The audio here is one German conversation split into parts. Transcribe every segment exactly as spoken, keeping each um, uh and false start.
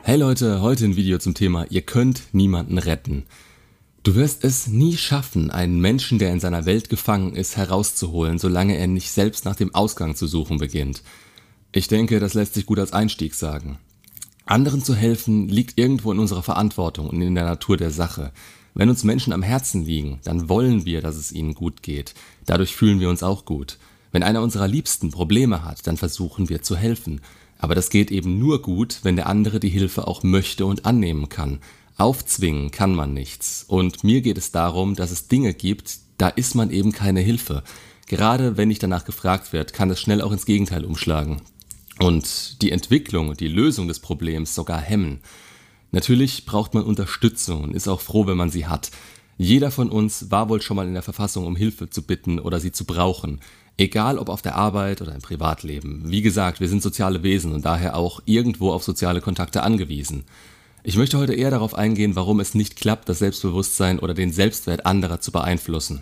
Hey Leute, heute ein Video zum Thema: Ihr könnt niemanden retten. Du wirst es nie schaffen, einen Menschen, der in seiner Welt gefangen ist, herauszuholen, solange er nicht selbst nach dem Ausgang zu suchen beginnt. Ich denke, das lässt sich gut als Einstieg sagen. Anderen zu helfen liegt irgendwo in unserer Verantwortung und in der Natur der Sache. Wenn uns Menschen am Herzen liegen, dann wollen wir, dass es ihnen gut geht. Dadurch fühlen wir uns auch gut. Wenn einer unserer Liebsten Probleme hat, dann versuchen wir zu helfen. Aber das geht eben nur gut, wenn der andere die Hilfe auch möchte und annehmen kann. Aufzwingen kann man nichts. Und mir geht es darum, dass es Dinge gibt, da ist man eben keine Hilfe. Gerade wenn nicht danach gefragt wird, kann es schnell auch ins Gegenteil umschlagen. Und die Entwicklung und die Lösung des Problems sogar hemmen. Natürlich braucht man Unterstützung und ist auch froh, wenn man sie hat. Jeder von uns war wohl schon mal in der Verfassung, um Hilfe zu bitten oder sie zu brauchen. Egal ob auf der Arbeit oder im Privatleben. Wie gesagt, wir sind soziale Wesen und daher auch irgendwo auf soziale Kontakte angewiesen. Ich möchte heute eher darauf eingehen, warum es nicht klappt, das Selbstbewusstsein oder den Selbstwert anderer zu beeinflussen.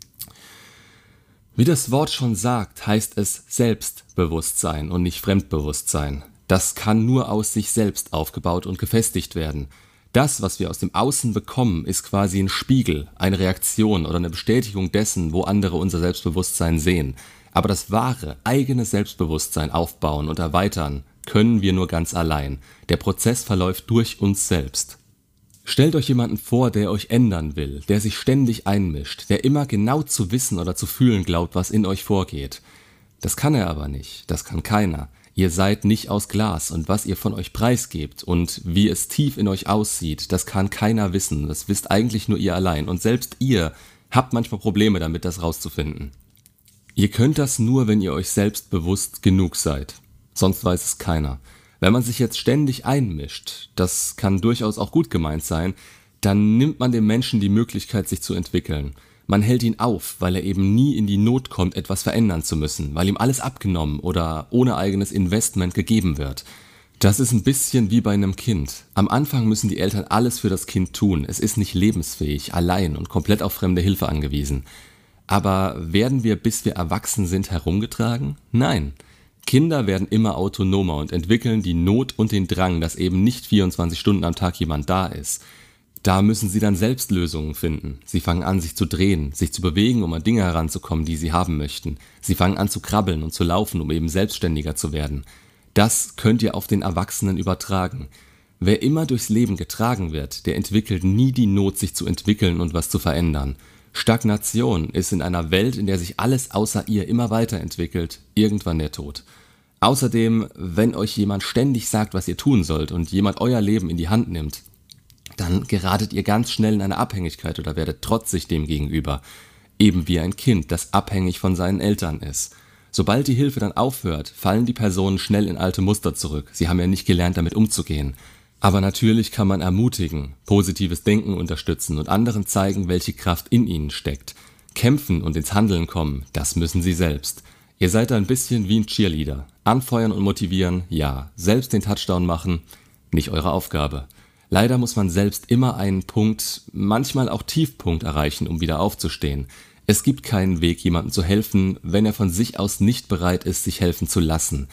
Wie das Wort schon sagt, heißt es Selbstbewusstsein und nicht Fremdbewusstsein. Das kann nur aus sich selbst aufgebaut und gefestigt werden. Das, was wir aus dem Außen bekommen, ist quasi ein Spiegel, eine Reaktion oder eine Bestätigung dessen, wo andere unser Selbstbewusstsein sehen. Aber das wahre, eigene Selbstbewusstsein aufbauen und erweitern können wir nur ganz allein. Der Prozess verläuft durch uns selbst. Stellt euch jemanden vor, der euch ändern will, der sich ständig einmischt, der immer genau zu wissen oder zu fühlen glaubt, was in euch vorgeht. Das kann er aber nicht, das kann keiner. Ihr seid nicht aus Glas und was ihr von euch preisgebt und wie es tief in euch aussieht, das kann keiner wissen. Das wisst eigentlich nur ihr allein und selbst ihr habt manchmal Probleme damit, das rauszufinden. Ihr könnt das nur, wenn ihr euch selbst bewusst genug seid. Sonst weiß es keiner. Wenn man sich jetzt ständig einmischt, das kann durchaus auch gut gemeint sein, dann nimmt man dem Menschen die Möglichkeit, sich zu entwickeln. Man hält ihn auf, weil er eben nie in die Not kommt, etwas verändern zu müssen, weil ihm alles abgenommen oder ohne eigenes Investment gegeben wird. Das ist ein bisschen wie bei einem Kind. Am Anfang müssen die Eltern alles für das Kind tun. Es ist nicht lebensfähig, allein und komplett auf fremde Hilfe angewiesen. Aber werden wir, bis wir erwachsen sind, herumgetragen? Nein. Kinder werden immer autonomer und entwickeln die Not und den Drang, dass eben nicht vierundzwanzig Stunden am Tag jemand da ist. Da müssen sie dann selbst Lösungen finden. Sie fangen an, sich zu drehen, sich zu bewegen, um an Dinge heranzukommen, die sie haben möchten. Sie fangen an zu krabbeln und zu laufen, um eben selbstständiger zu werden. Das könnt ihr auf den Erwachsenen übertragen. Wer immer durchs Leben getragen wird, der entwickelt nie die Not, sich zu entwickeln und was zu verändern. Stagnation ist in einer Welt, in der sich alles außer ihr immer weiterentwickelt, irgendwann der Tod. Außerdem, wenn euch jemand ständig sagt, was ihr tun sollt und jemand euer Leben in die Hand nimmt, dann geratet ihr ganz schnell in eine Abhängigkeit oder werdet trotzig dem gegenüber. Eben wie ein Kind, das abhängig von seinen Eltern ist. Sobald die Hilfe dann aufhört, fallen die Personen schnell in alte Muster zurück. Sie haben ja nicht gelernt, damit umzugehen. Aber natürlich kann man ermutigen, positives Denken unterstützen und anderen zeigen, welche Kraft in ihnen steckt. Kämpfen und ins Handeln kommen, das müssen sie selbst. Ihr seid da ein bisschen wie ein Cheerleader. Anfeuern und motivieren, ja. Selbst den Touchdown machen, nicht eure Aufgabe. Leider muss man selbst immer einen Punkt, manchmal auch Tiefpunkt erreichen, um wieder aufzustehen. Es gibt keinen Weg, jemandem zu helfen, wenn er von sich aus nicht bereit ist, sich helfen zu lassen.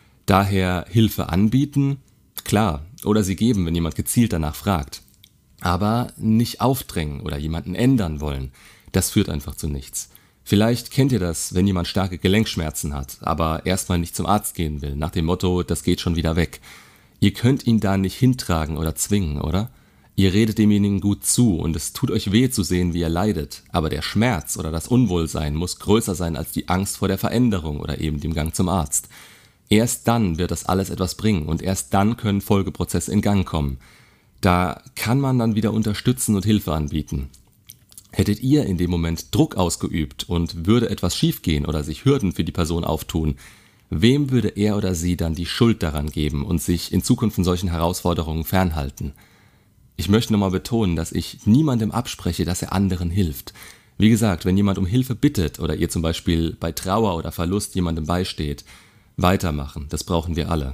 Daher Hilfe anbieten, klar, oder sie geben, wenn jemand gezielt danach fragt. Aber nicht aufdrängen oder jemanden ändern wollen, das führt einfach zu nichts. Vielleicht kennt ihr das, wenn jemand starke Gelenkschmerzen hat, aber erstmal nicht zum Arzt gehen will, nach dem Motto, das geht schon wieder weg. Ihr könnt ihn da nicht hintragen oder zwingen, oder? Ihr redet demjenigen gut zu und es tut euch weh zu sehen, wie er leidet, aber der Schmerz oder das Unwohlsein muss größer sein als die Angst vor der Veränderung oder eben dem Gang zum Arzt. Erst dann wird das alles etwas bringen und erst dann können Folgeprozesse in Gang kommen. Da kann man dann wieder unterstützen und Hilfe anbieten. Hättet ihr in dem Moment Druck ausgeübt und würde etwas schiefgehen oder sich Hürden für die Person auftun, wem würde er oder sie dann die Schuld daran geben und sich in Zukunft von solchen Herausforderungen fernhalten? Ich möchte nochmal betonen, dass ich niemandem abspreche, dass er anderen hilft. Wie gesagt, wenn jemand um Hilfe bittet oder ihr zum Beispiel bei Trauer oder Verlust jemandem beisteht, weitermachen, das brauchen wir alle.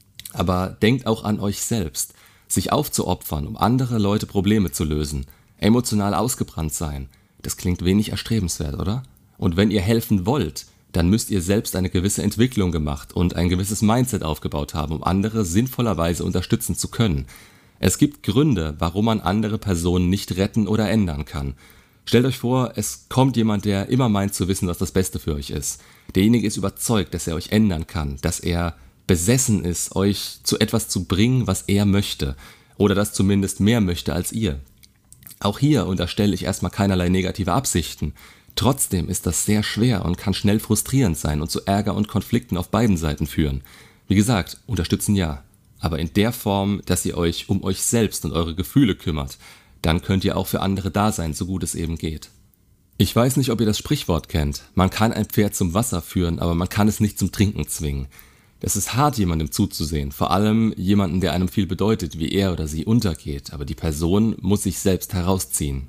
Aber denkt auch an euch selbst, sich aufzuopfern, um andere Leute Probleme zu lösen, emotional ausgebrannt sein, das klingt wenig erstrebenswert, oder? Und wenn ihr helfen wollt, dann müsst ihr selbst eine gewisse Entwicklung gemacht und ein gewisses Mindset aufgebaut haben, um andere sinnvollerweise unterstützen zu können. Es gibt Gründe, warum man andere Personen nicht retten oder ändern kann. Stellt euch vor, es kommt jemand, der immer meint zu wissen, was das Beste für euch ist. Derjenige ist überzeugt, dass er euch ändern kann, dass er besessen ist, euch zu etwas zu bringen, was er möchte oder das zumindest mehr möchte als ihr. Auch hier unterstelle ich erstmal keinerlei negative Absichten. Trotzdem ist das sehr schwer und kann schnell frustrierend sein und zu Ärger und Konflikten auf beiden Seiten führen. Wie gesagt, unterstützen ja, aber in der Form, dass ihr euch um euch selbst und eure Gefühle kümmert. Dann könnt ihr auch für andere da sein, so gut es eben geht. Ich weiß nicht, ob ihr das Sprichwort kennt. Man kann ein Pferd zum Wasser führen, aber man kann es nicht zum Trinken zwingen. Es ist hart, jemandem zuzusehen, vor allem jemanden, der einem viel bedeutet, wie er oder sie untergeht, aber die Person muss sich selbst herausziehen.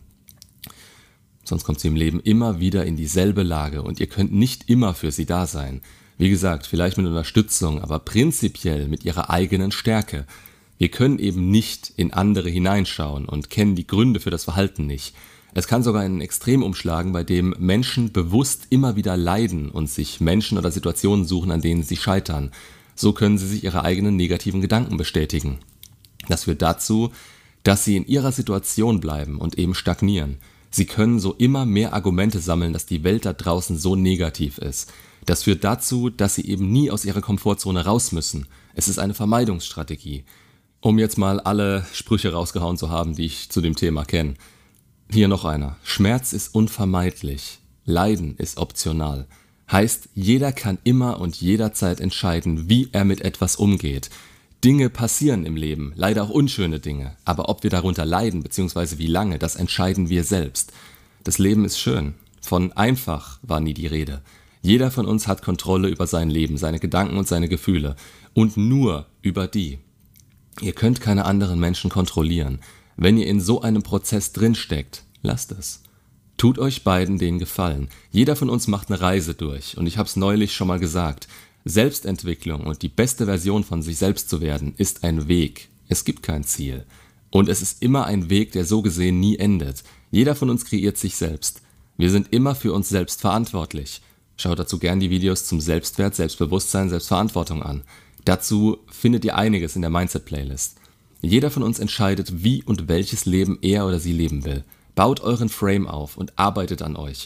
Sonst kommt sie im Leben immer wieder in dieselbe Lage und ihr könnt nicht immer für sie da sein. Wie gesagt, vielleicht mit Unterstützung, aber prinzipiell mit ihrer eigenen Stärke. Wir können eben nicht in andere hineinschauen und kennen die Gründe für das Verhalten nicht. Es kann sogar einen Extrem umschlagen, bei dem Menschen bewusst immer wieder leiden und sich Menschen oder Situationen suchen, an denen sie scheitern. So können sie sich ihre eigenen negativen Gedanken bestätigen. Das führt dazu, dass sie in ihrer Situation bleiben und eben stagnieren. Sie können so immer mehr Argumente sammeln, dass die Welt da draußen so negativ ist. Das führt dazu, dass sie eben nie aus ihrer Komfortzone raus müssen. Es ist eine Vermeidungsstrategie. Um jetzt mal alle Sprüche rausgehauen zu haben, die ich zu dem Thema kenne. Hier noch einer. Schmerz ist unvermeidlich. Leiden ist optional. Heißt, jeder kann immer und jederzeit entscheiden, wie er mit etwas umgeht. Dinge passieren im Leben, leider auch unschöne Dinge. Aber ob wir darunter leiden, beziehungsweise wie lange, das entscheiden wir selbst. Das Leben ist schön. Von einfach war nie die Rede. Jeder von uns hat Kontrolle über sein Leben, seine Gedanken und seine Gefühle. Und nur über die. Ihr könnt keine anderen Menschen kontrollieren. Wenn ihr in so einem Prozess drinsteckt, lasst es. Tut euch beiden den Gefallen. Jeder von uns macht eine Reise durch. Und ich habe es neulich schon mal gesagt. Selbstentwicklung und die beste Version von sich selbst zu werden, ist ein Weg. Es gibt kein Ziel. Und es ist immer ein Weg, der so gesehen nie endet. Jeder von uns kreiert sich selbst. Wir sind immer für uns selbst verantwortlich. Schaut dazu gern die Videos zum Selbstwert, Selbstbewusstsein, Selbstverantwortung an. Dazu findet ihr einiges in der Mindset-Playlist. Jeder von uns entscheidet, wie und welches Leben er oder sie leben will. Baut euren Frame auf und arbeitet an euch.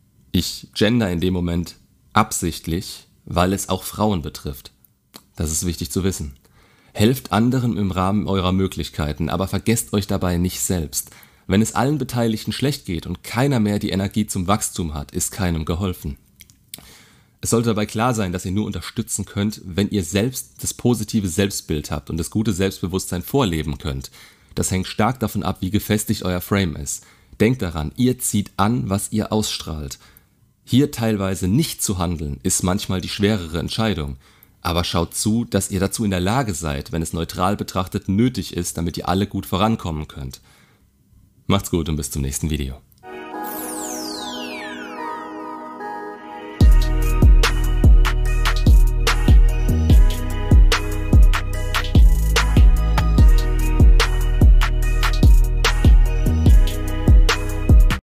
Ich gender in dem Moment absichtlich, weil es auch Frauen betrifft. Das ist wichtig zu wissen. Helft anderen im Rahmen eurer Möglichkeiten, aber vergesst euch dabei nicht selbst. Wenn es allen Beteiligten schlecht geht und keiner mehr die Energie zum Wachstum hat, ist keinem geholfen. Es sollte dabei klar sein, dass ihr nur unterstützen könnt, wenn ihr selbst das positive Selbstbild habt und das gute Selbstbewusstsein vorleben könnt. Das hängt stark davon ab, wie gefestigt euer Frame ist. Denkt daran, ihr zieht an, was ihr ausstrahlt. Hier teilweise nicht zu handeln, ist manchmal die schwerere Entscheidung. Aber schaut zu, dass ihr dazu in der Lage seid, wenn es neutral betrachtet nötig ist, damit ihr alle gut vorankommen könnt. Macht's gut und bis zum nächsten Video.